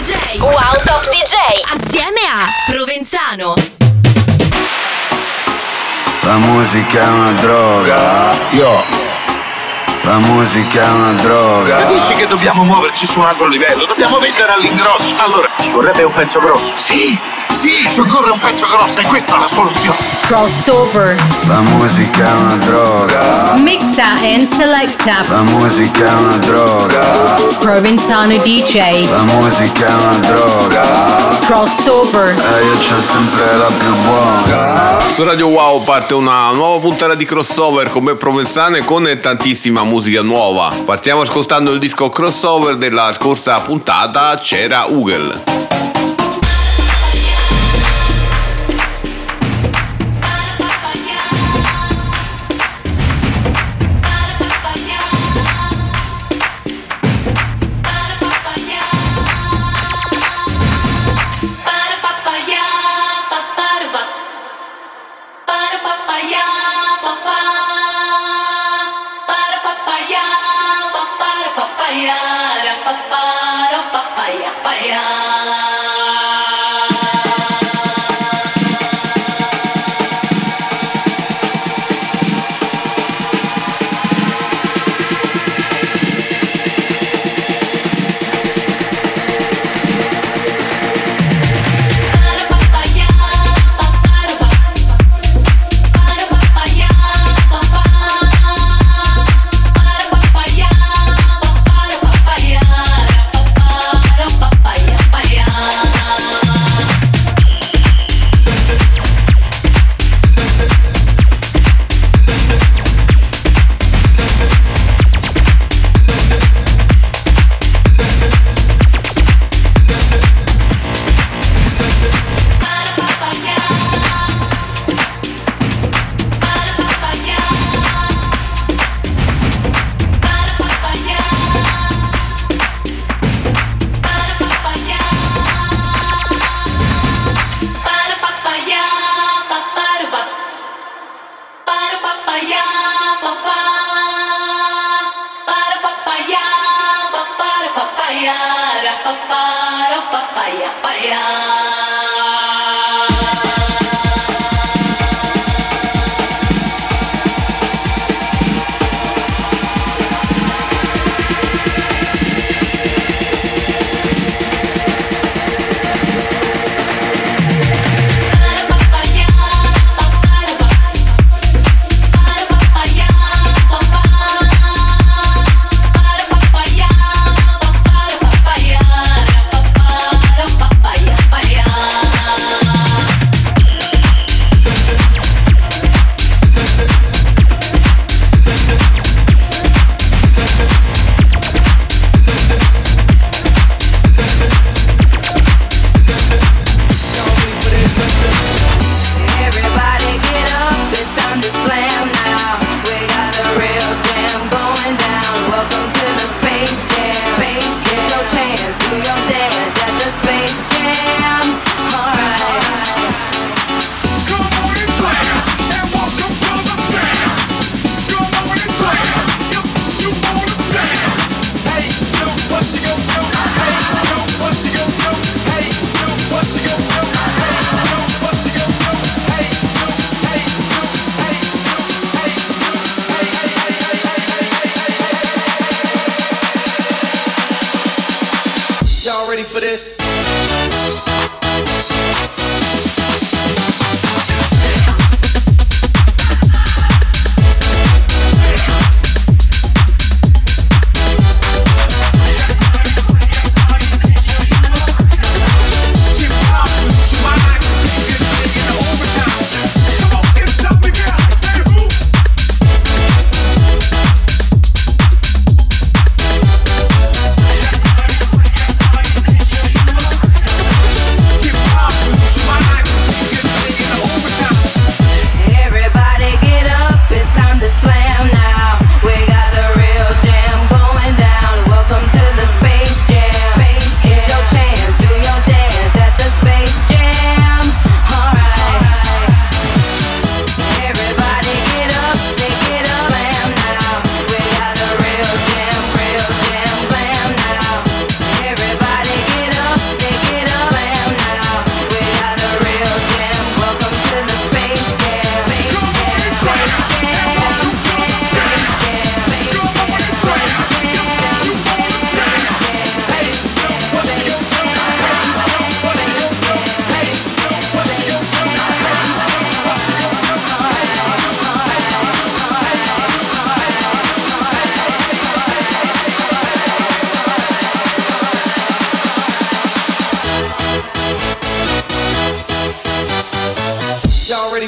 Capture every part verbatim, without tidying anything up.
D J. Wow Top D J. Assieme a Provenzano. La musica è una droga. Io. La musica è una droga. Capisci che dobbiamo muoverci su un altro livello? Dobbiamo vendere all'ingrosso. Allora, ci vorrebbe un pezzo grosso. Sì, sì, ci occorre un pezzo grosso e questa è la soluzione. Crossover. La musica è una droga. Mixa and selecta. La musica è una droga. Provenzano D J. La musica è una droga. Crossover. E io c'ho sempre la più buona. Su Radio Wow parte una nuova puntata di Crossover con me Provenzano e con tantissima musica nuova. Partiamo ascoltando il disco Crossover della scorsa puntata, c'era Ugel.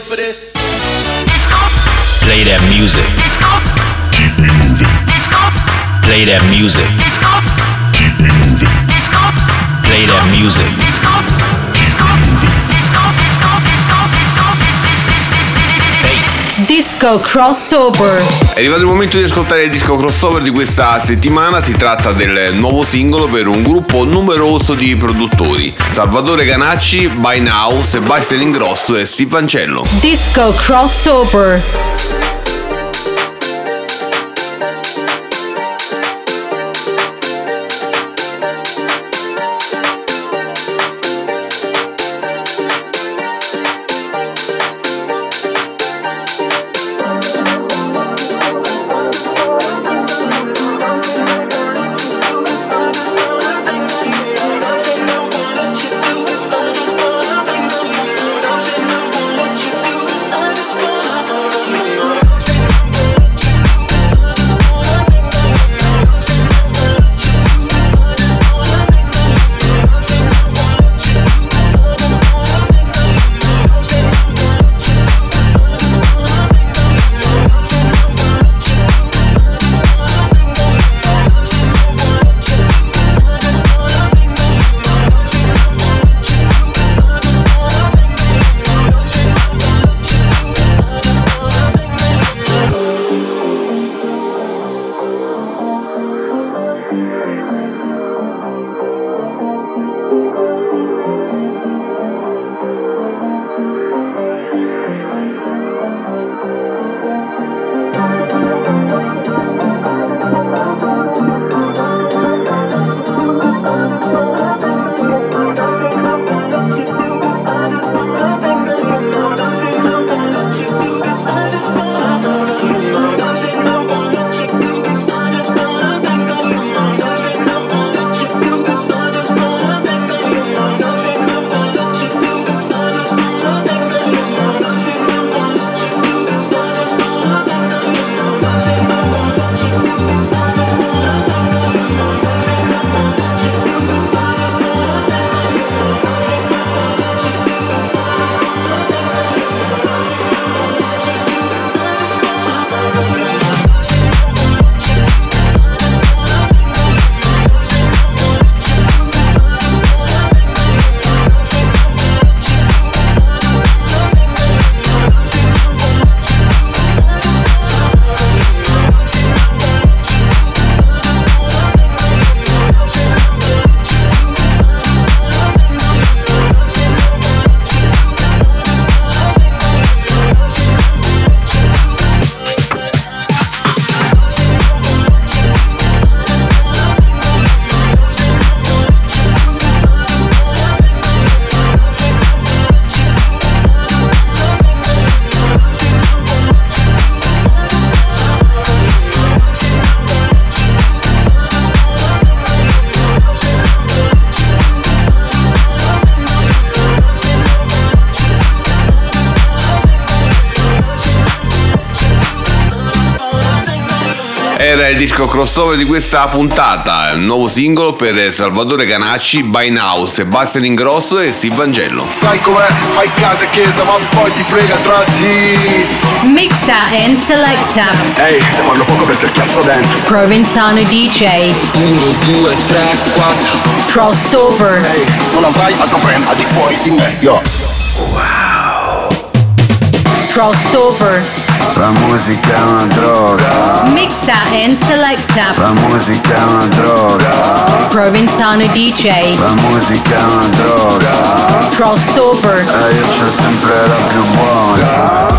for this? Play that music. Keep me moving. Play that music. Keep me moving. Play that music. Disco crossover. È arrivato il momento di ascoltare il disco crossover di questa settimana. Si tratta del nuovo singolo per un gruppo numeroso di produttori: Salvatore Ganacci, By Now, Sebastian Ingrosso e Steve Ancello. Disco crossover. Era il disco crossover di questa puntata, il nuovo singolo per Salvatore Ganacci, By Now, Sebastian Ingrosso e Steve Angello. Sai com'è? Fai casa e chiesa ma poi ti frega tra di. Mixa and selecta. Ehi, hey, se parlo poco perché cazzo dentro. Provenzano D J. uno, due, tre, quattro. Crossover. Ehi, hey, non avrai altro brand al di fuori di me, yo. Wow. Crossover. La musica è una droga. Mixa and selecta. La musica è una droga. Provenzano D J. La musica è una droga. Crossover. E io c'ho sempre la più buona.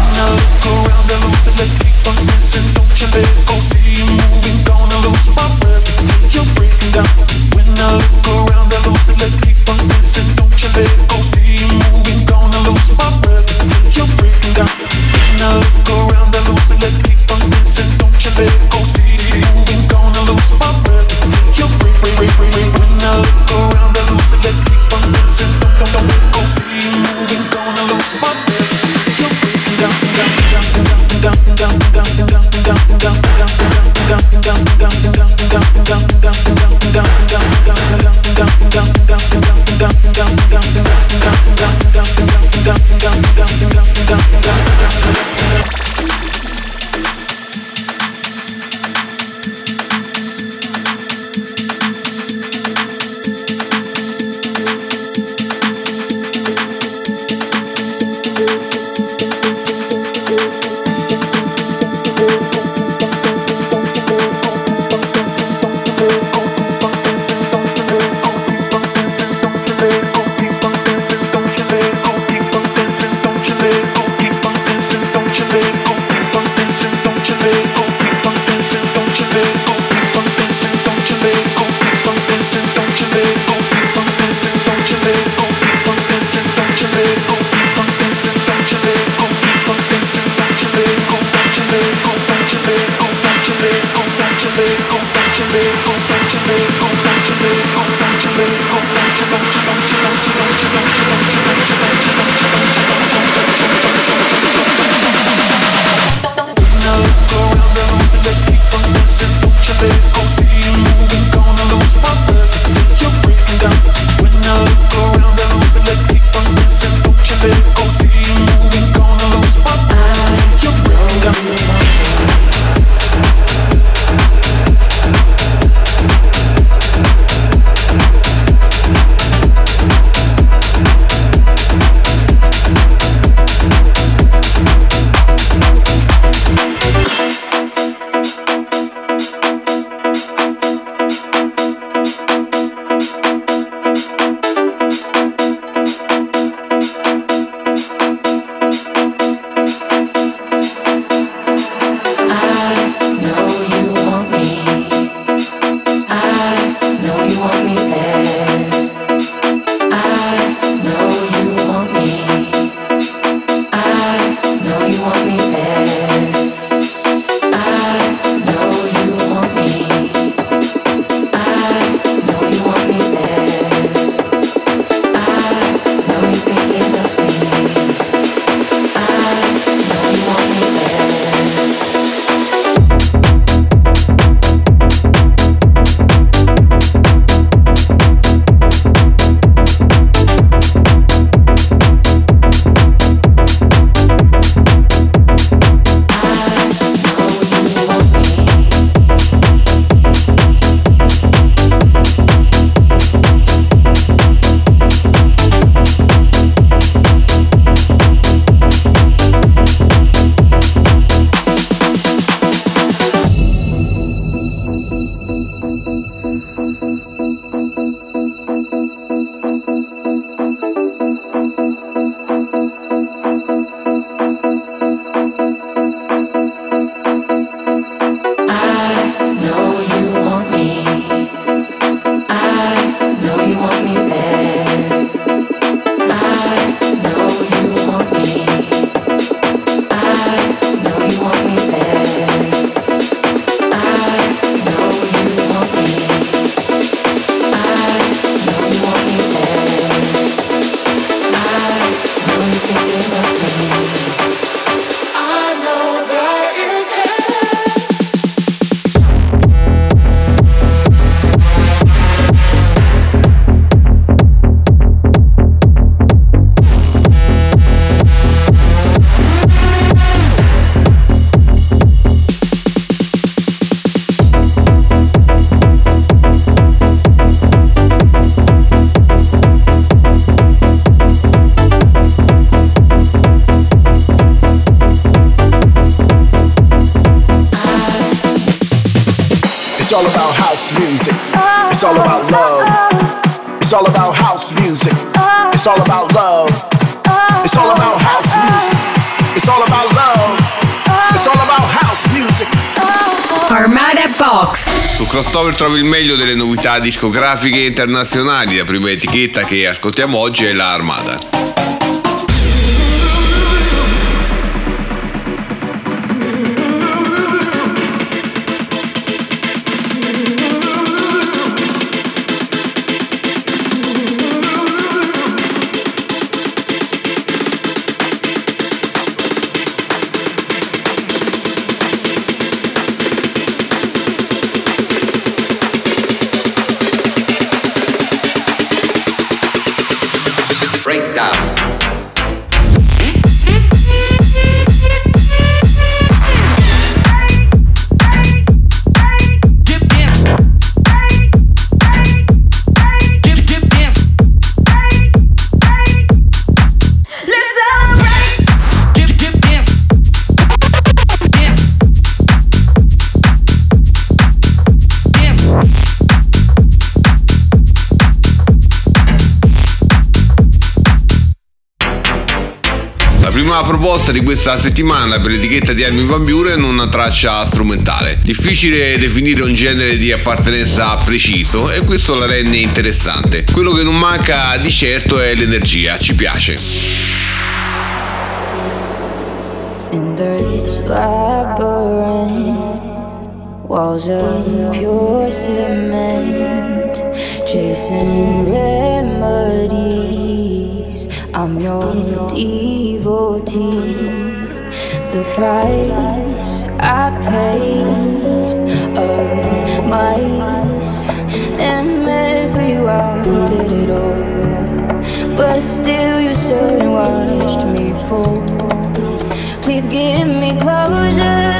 Down, It's all about house music. It's all about love. It's all about house music. It's all about love. It's all about house music. It's all about love. It's all about house music. Armada Box. Su Crossover trovi il meglio delle novità discografiche internazionali. La prima etichetta che ascoltiamo oggi è la Armada. Breakdown. La prima proposta di questa settimana per l'etichetta di Armin van Buuren è una traccia strumentale. Difficile definire un genere di appartenenza preciso e questo la rende interessante. Quello che non manca di certo è l'energia, ci piace. In this labyrinth, walls of pure cement, chasing remedies. I'm your devotee. The price I paid of mice and meant for you, I did it all. But still you stood and watched me fall. Please give me closure.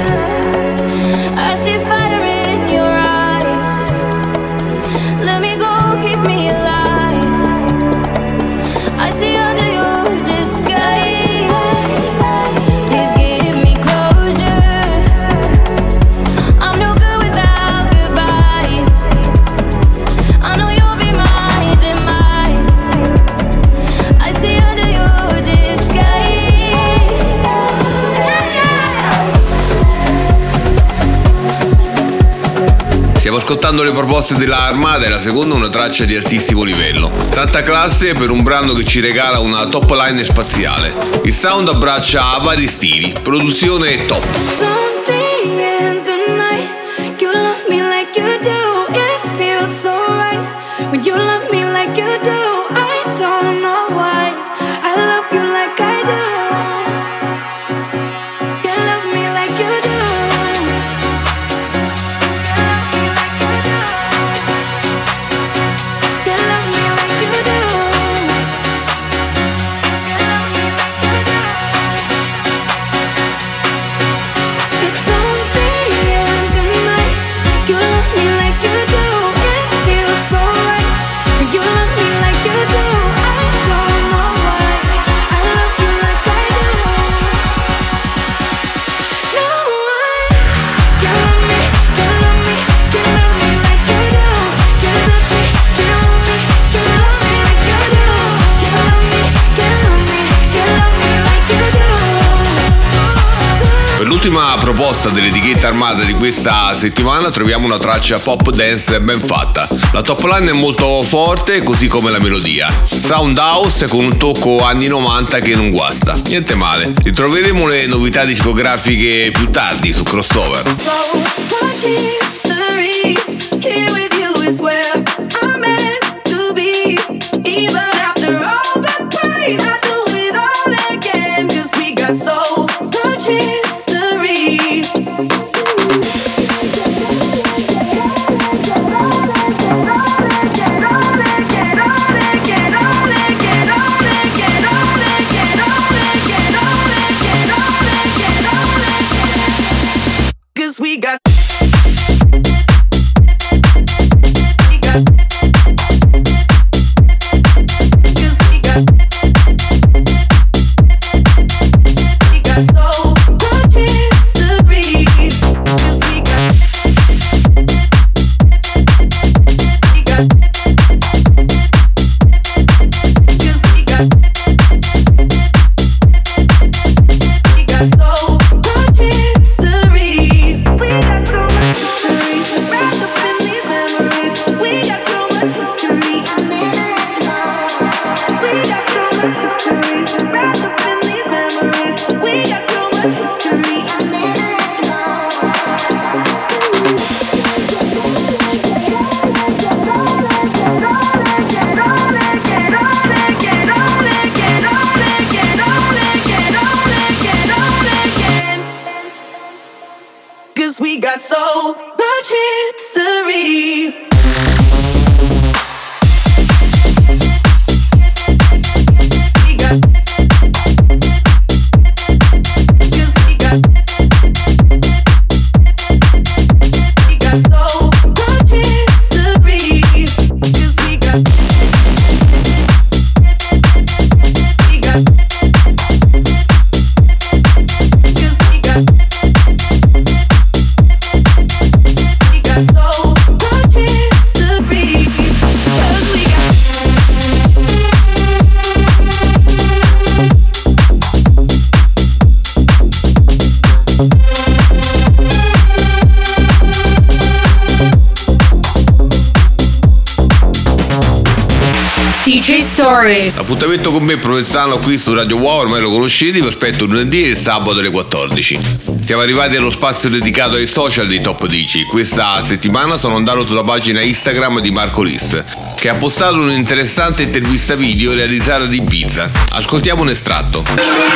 I see fire in your eyes. Let me go, keep me alive. I see under your disguise. Please give me closure. I'm no good without goodbyes. I know you'll be my demise. I see under your disguise. Stiamo ascoltando le proposte della Armada e la seconda una traccia di altissimo livello. Tanta classe per un brano che ci regala una top line spaziale. Il sound abbraccia vari stili, produzione top. L'ultima proposta dell'etichetta Armada di questa settimana troviamo una traccia pop dance ben fatta. La top line è molto forte, così come la melodia. Sound house con un tocco anni novanta che non guasta. Niente male. Ritroveremo le novità discografiche più tardi su Crossover. We got we got so much history. D J Stories. L'appuntamento con me Provenzano qui su Radio Wow, ormai lo conoscete, vi aspetto lunedì e il sabato alle quattordici. Siamo arrivati allo spazio dedicato ai social dei Top dieci. Questa settimana sono andato sulla pagina Instagram di Marco Lis, che ha postato un'interessante intervista video realizzata di Ibiza. Ascoltiamo un estratto.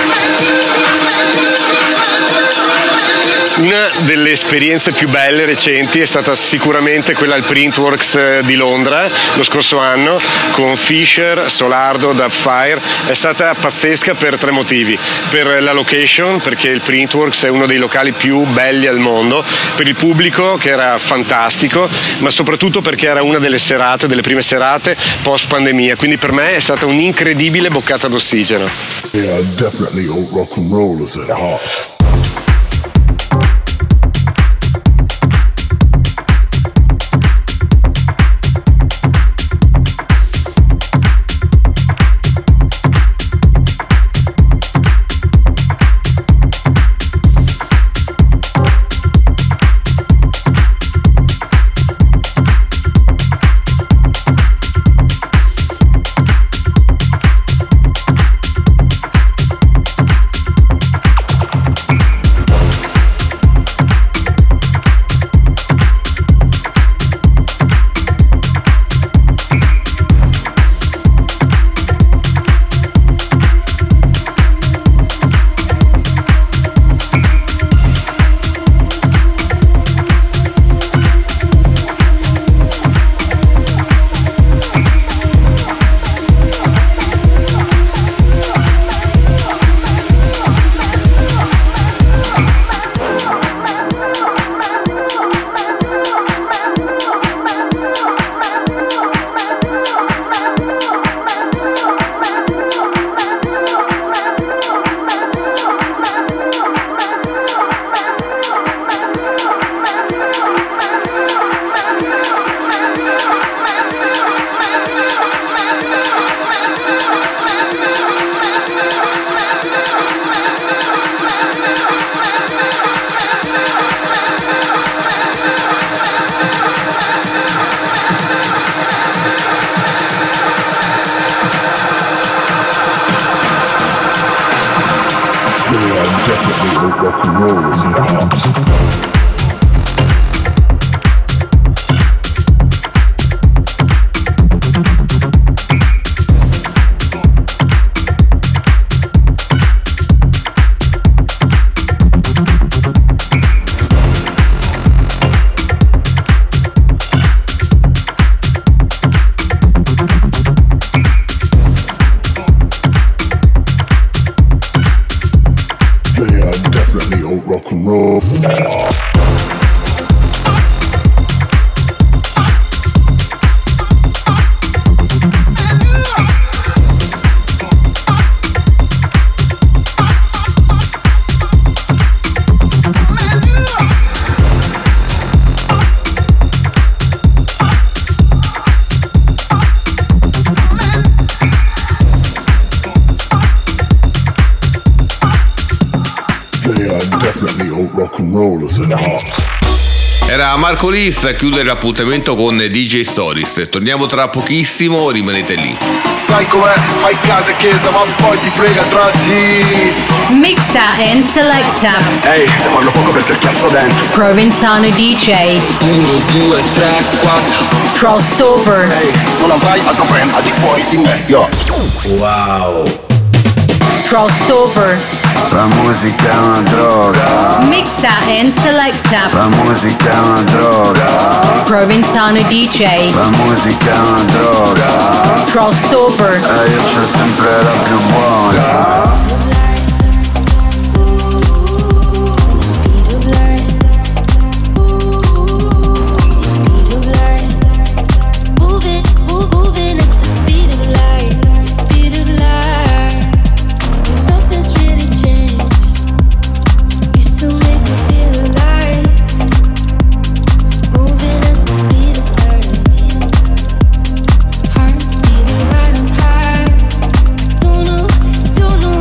Una delle esperienze più belle recenti è stata sicuramente quella al Printworks di Londra lo scorso anno con Fisher, Solardo, Dubfire. È stata pazzesca per tre motivi: per la location, perché il Printworks è uno dei locali più belli al mondo, per il pubblico che era fantastico, ma soprattutto perché era una delle serate, delle prime serate post pandemia, quindi per me è stata un'incredibile boccata d'ossigeno. Yeah, definitely old rock and roll is at heart. Rock and roll is in the house. Rock and roll. Era Marco Lis a chiudere l'appuntamento con D J Stories. Torniamo tra pochissimo, rimanete lì. Sai com'è, fai casa e chiesa ma poi ti frega tra di. Mixa and selecta. Ehi, hey, se parlo poco perché cazzo dentro. Provenzano D J. uno, due, tre, quattro. Crossover. Ehi, hey, non avrai altro brand al di fuori di me, yo. Wow. Crossover. La musica è una droga. Mixa and selecta. La musica è una droga. Provenzano D J. La musica è una droga. Crossover. E io c'ho sempre la più buona. Don't know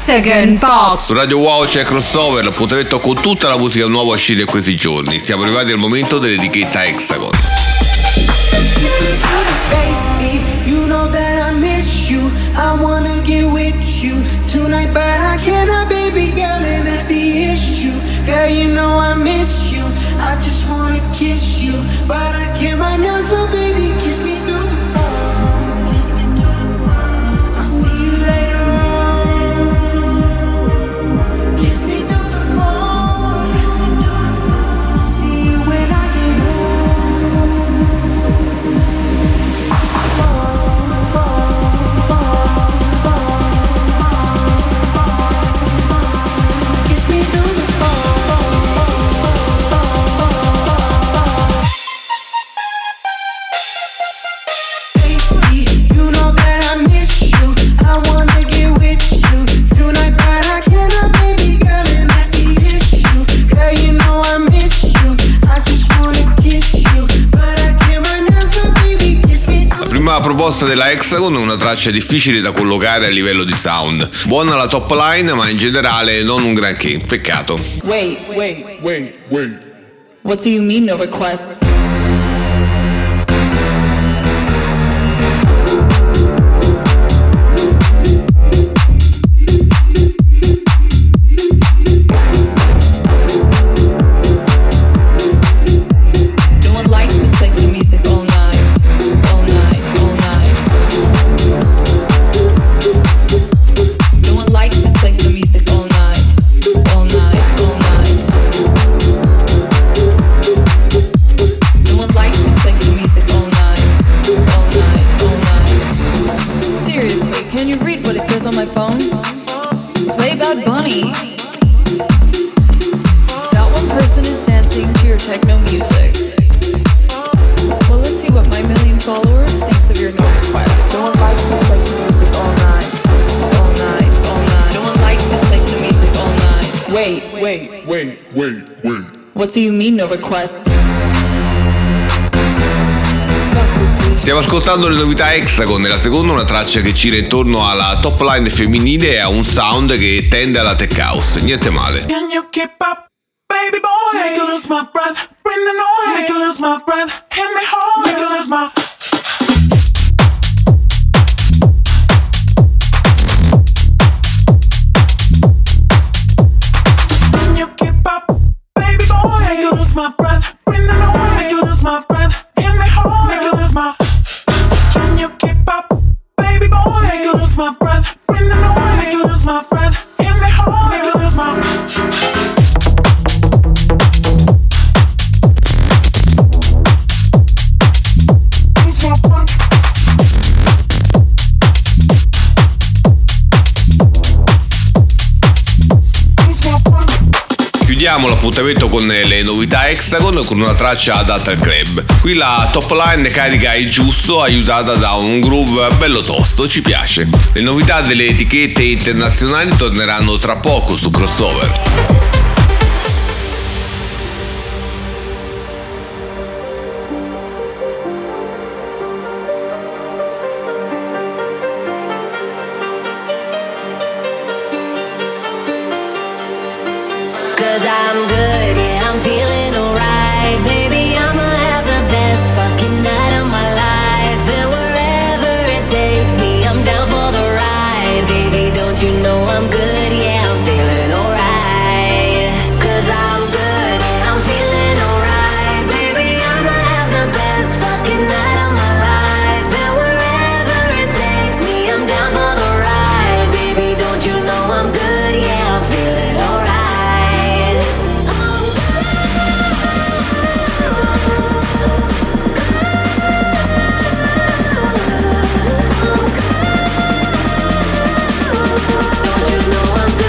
Hexagon Box. Su Radio Wow c'è Crossover, l'appuntamento con tutta la musica nuova uscita in questi giorni. Siamo arrivati al momento dell'etichetta Hexagon. You know that I miss you. I wanna get with you tonight, but I cannot, baby girl, and that's the issue. Girl, you know I miss you. I just wanna kiss you, but I can't right now, so baby, kiss me through the phone. Kiss me through the phone. I'll see you later on. Kiss me through the phone. Kiss me through the phone. See you when I get home. Kiss me through the La proposta della Hexagon è una traccia difficile da collocare a livello di sound. Buona la top line, ma in generale non un granché. Peccato. Wait, wait, wait, wait. What do you mean no requests? on my phone? Play Bad Bunny. That one person is dancing to your techno music. Well, let's see what my million followers thinks of your no request. No one likes to play the music all night. All night, all night. No one likes to play the music all night. Wait, wait, wait, wait, wait. What do you mean no requests? Stiamo ascoltando le novità Hexagon, nella seconda una traccia che gira intorno alla top line femminile e ha un sound che tende alla tech house, niente male. Can you keep up, baby boy? Make you lose my breath, bring the noise. Make you lose my breath, hit me hard. Make you lose my. Can you keep up, baby boy? Make you lose my breath, bring the noise. Make you lose my breath, hit me hard. Make you lose my. Can you keep up, baby boy? Make you lose my breath, bring the noise. Make you lose my breath, hit me hard. Make you lose my. Chiudiamo l'appuntamento con le novità Hexagon con una traccia adatta al club. Qui la top line carica il giusto, aiutata da un groove bello tosto, ci piace. Le novità delle etichette internazionali torneranno tra poco su Crossover. Cause I'm good, yeah, I'm feeling alright. Baby, I'ma have the best fucking night of my life. And wherever it takes me, I'm down for the ride. Baby, don't you know I'm good, yeah, I'm feeling alright. Cause I'm good, I'm feeling alright. Baby, I'ma have the best fucking night of my life. And wherever it takes me, I'm down for the ride. Baby, don't you know I'm good, yeah, I'm feeling alright. Don't you know I'm good?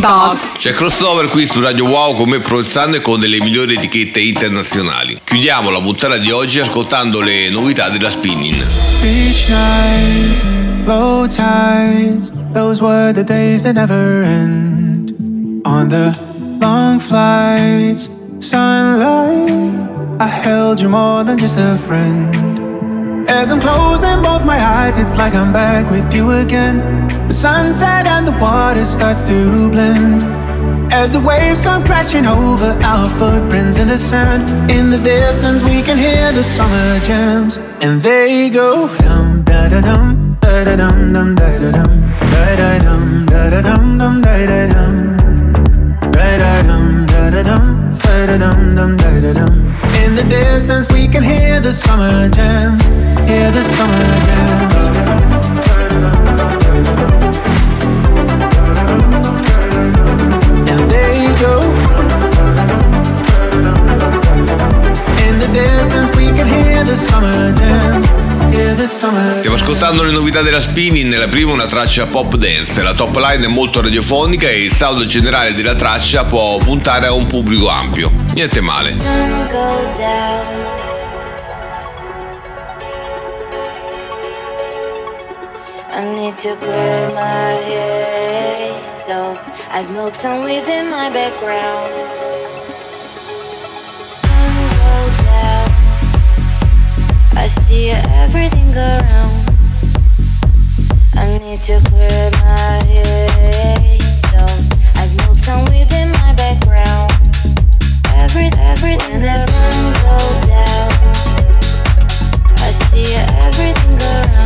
Box. C'è crossover qui su Radio Wow con me Provenzano e con delle migliori etichette internazionali. Chiudiamo la puntata di oggi ascoltando le novità della Spinnin'. Beach nights, low tides, those were the days that never end. On the long flights, sunlight, I held you more than just a friend. As I'm closing both my eyes, it's like I'm back with you again. The sunset and the water starts to blend. As the waves come crashing over our footprints in the sand. In the distance we can hear the summer jams. And they go dum da da dum da da dum dum da da dum da da dum da da dum dum da da dum da da dum da da dum da da dum dum da da dum. In the distance we can hear the summer jams. Hear the summer jams. And they go. In the distance we can hear the summer jams. Hear the summer. Stiamo ascoltando le novità della Spinnin'. Nella prima una traccia pop dance. La top line è molto radiofonica e il sound generale della traccia può puntare a un pubblico ampio. Niente male. I need to clear my head, so I smoke some weed in my background. Sun go down, I see everything around. I need to clear my head, so I smoke some weed in my background. Every, every, when the sun go down, I see everything around.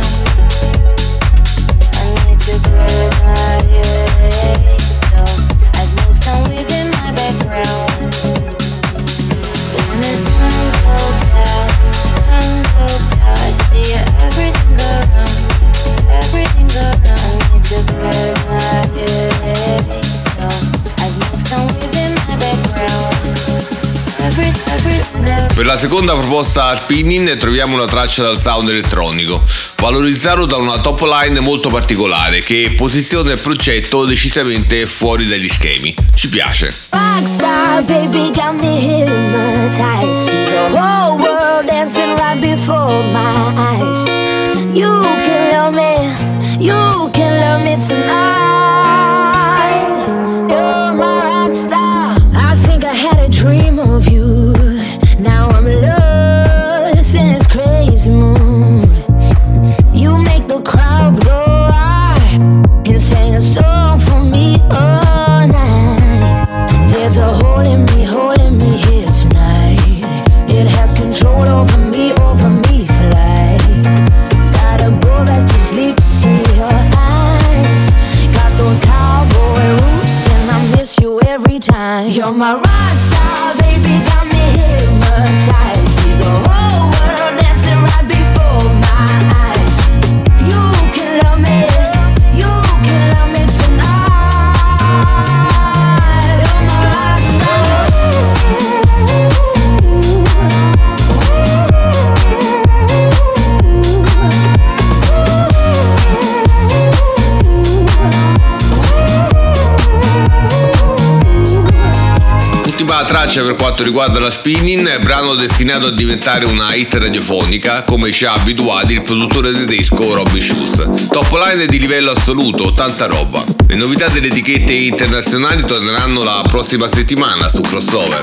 To clear my head, so I smoke some weed in my background. When the sun goes down, sun goes down, I see everything around, everything around. I need to clear my head, so I smoke some weed in my background. Every, every, Per la seconda proposta Spinnin' troviamo una traccia dal sound elettronico, valorizzato da una top line molto particolare che posiziona il progetto decisamente fuori dagli schemi. Ci piace. Rockstar, baby, got me hypnotized. See the whole world dancing right before my eyes. You can love me, you can love me tonight. You're my rockstar. I think I had a dream of you. Now I'm lost in this crazy mood. You make the crowds go high and sing a song for me all night. There's a hole in me, hole in me here tonight. It has control over me, over me for life. Gotta go back to sleep to see your eyes. Got those cowboy roots and I miss you every time. You're my rock star, baby, got me hypnotized. See the whole world dancing right before my eyes. You can love me, you can love me tonight. You're my rock star. Ultima traccia per quanto riguarda la Spinnin', brano destinato a diventare una hit radiofonica come ci ha abituati il produttore tedesco Robby Schulz. Top line di livello assoluto, tanta roba. Le novità delle etichette internazionali torneranno la prossima settimana su Crossover.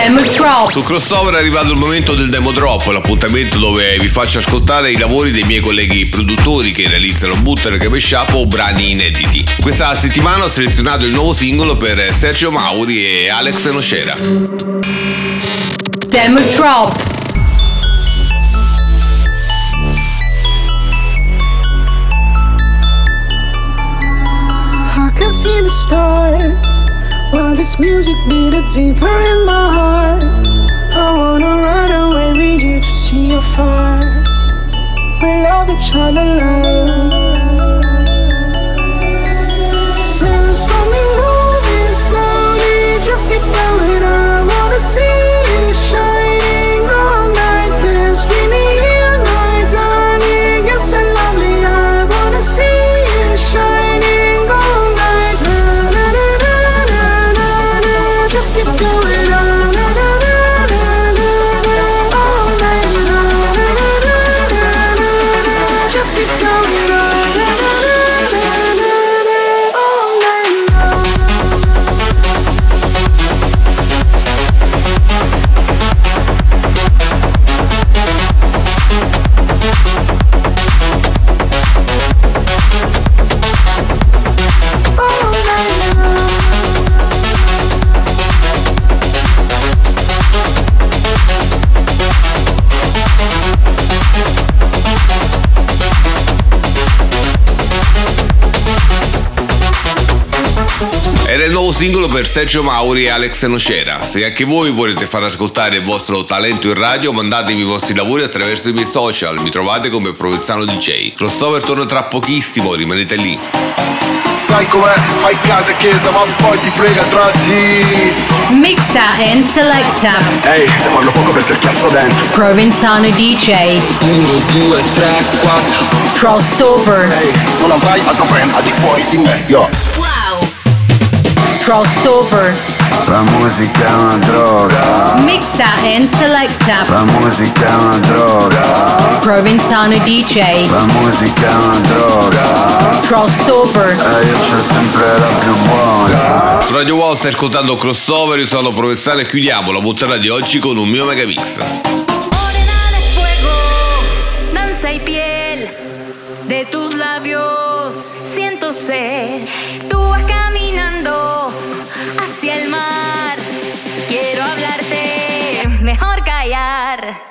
Demo Drop. Su Crossover è arrivato il momento del Demo Drop, l'appuntamento dove vi faccio ascoltare i lavori dei miei colleghi produttori che realizzano bootleg, mashup o brani inediti. Questa settimana ho selezionato il nuovo singolo per Sergio Mauri e Alex Nocera. Demo Drop. I can see the stars while this music beat it deeper in my heart. I wanna run away with you to see how far we love each other, love. Friends for me moving slowly, just keep going. I wanna see you shining all night. There's really here, my darling. You're so lovely. I wanna see you shining all night. Na, na, na, na, na, na. Just keep going on. Na, na, na, na, na, na. All night. Na, na, na, na, na, na. Just keep going on. Na, na, na, na, na, na. All night long. Era il nuovo singolo per Sergio Mauri e Alex Nocera. Se anche voi volete far ascoltare il vostro talento in radio, mandatemi i vostri lavori attraverso i miei social. Mi trovate come Provenzano D J. Crossover torna tra pochissimo, rimanete lì. Sai com'è, fai casa e chiesa ma poi ti frega tra dritto. Mixa and selecta. Ehi, te parlo poco perché il cazzo dentro. Provenzano D J. uno, due, tre, quattro. Crossover. Ehi, non avrai altro brand al di fuori di me, yo. Crossover. La musica è una droga. Mixa and selecta. La musica è una droga. Provenzano D J. La musica è una droga. Crossover. E io c'ho sempre la più buona. Su Radio Wow stai ascoltando Crossover, io sono Provenzano e chiudiamo la puntata di oggi con un mio megamix. Danza y piel de tus labios, siento sed. Tú vas caminando hacia el mar. Quiero hablarte, mejor callar.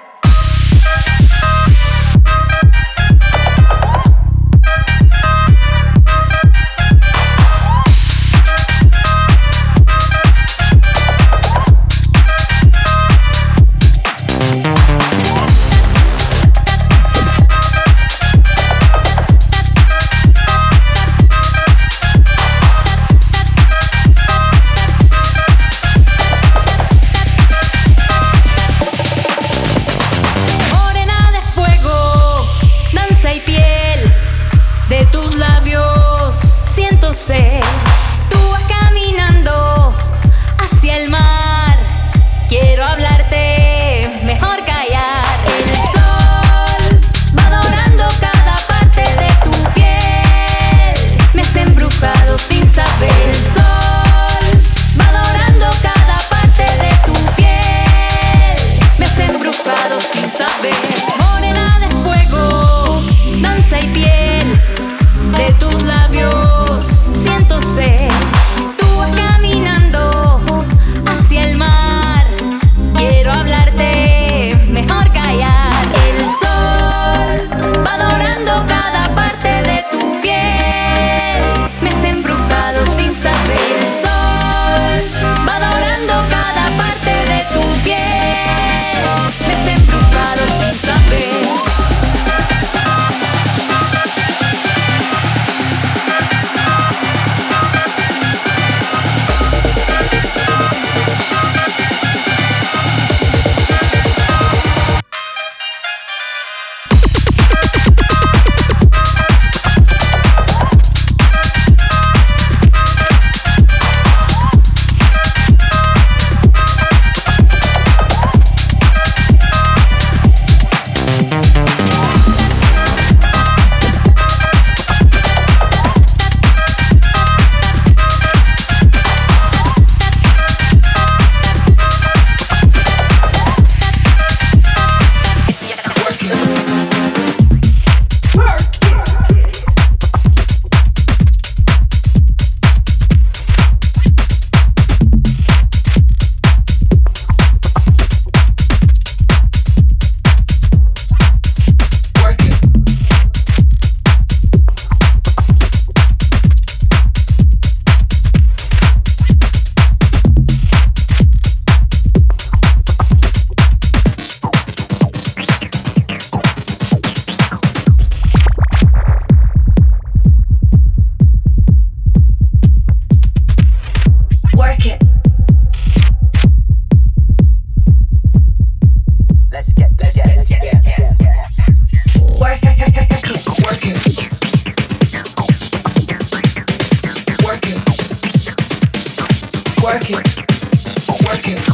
Work it. Work it.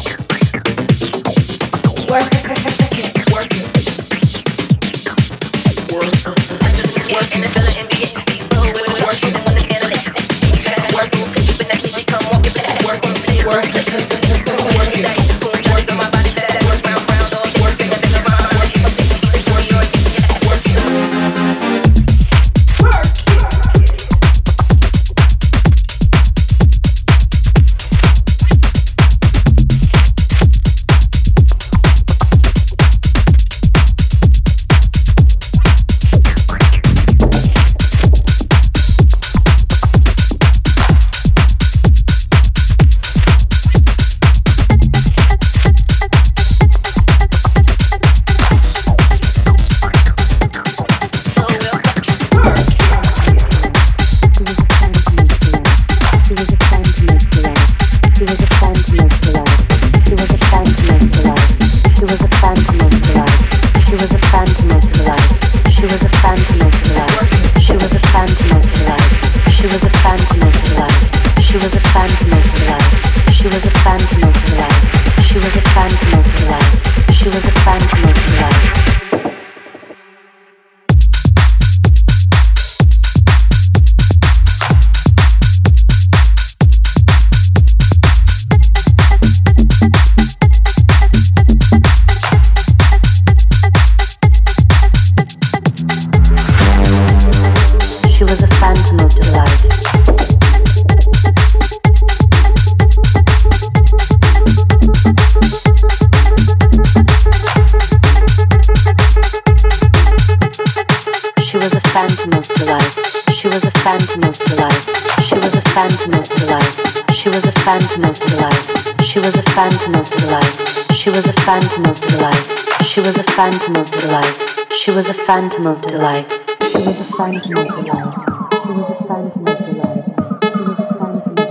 Work it. Work it. Phantom of delight. She was a phantom of delight. She was a phantom of delight. She was a phantom of delight. She was a phantom of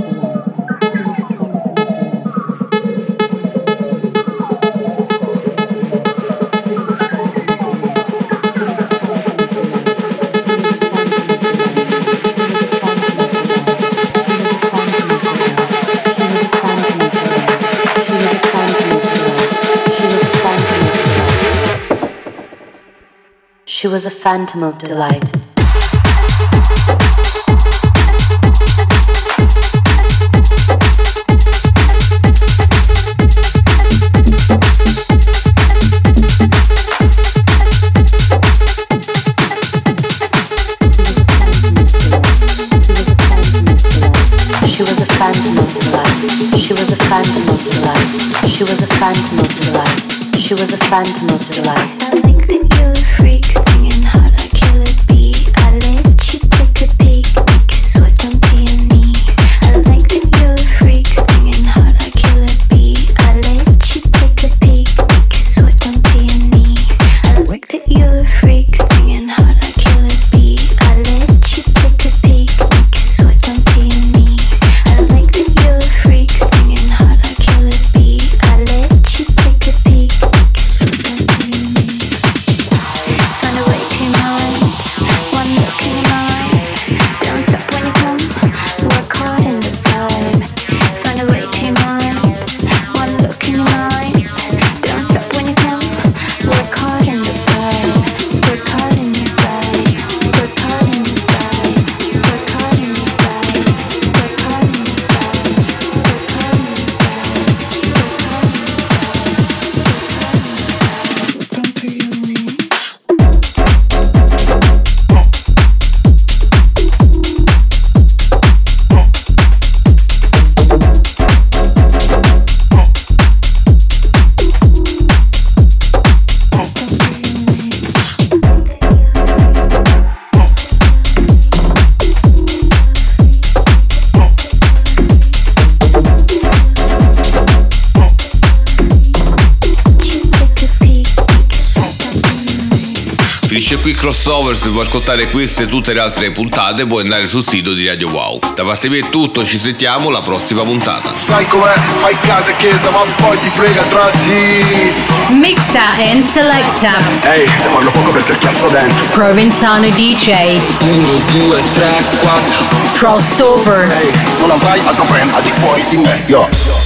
She was a phantom of delight. She was a phantom of delight. She was a phantom of delight. She was a phantom of delight. She was a phantom of delight. I like that you're a freak, singing hard like Killer Bee. I let you take a peek, make you sweat down to your knees. I like that you're a freak, singing hard like Killer Bee. I let you take a peek, make you sweat down to your knees. I like that you're a freak, singing hard like Killer Bee. I let you take a peek, make you sweat down to your knees. I like that you're a freak, singing hard like Killer Bee. I let you take a peek, make you sweat down to your knees. Find a way to mine, one look in your eye. Don't stop when you come, work hard in the vibe. Find a way to mine, one look in your eye. Don't stop when you come, work hard in the vibe. Work hard in your vibe, work hard in your vibe, work hard in your vibe, work hard in your vibe, work hard in your Finisce qui Crossover. Se vuoi ascoltare queste e tutte le altre puntate puoi andare sul sito di Radio Wow. Da parte mia è tutto, ci sentiamo alla prossima puntata. Sai com'è, fai casa e chiesa ma poi ti frega il tragitto. Mixa and selecta. Ehi, hey, se parlo poco perché cazzo dentro. Provenzano D J. uno, due, tre, quattro. Crossover. Non avrai altro brand al di fuori di me, yo.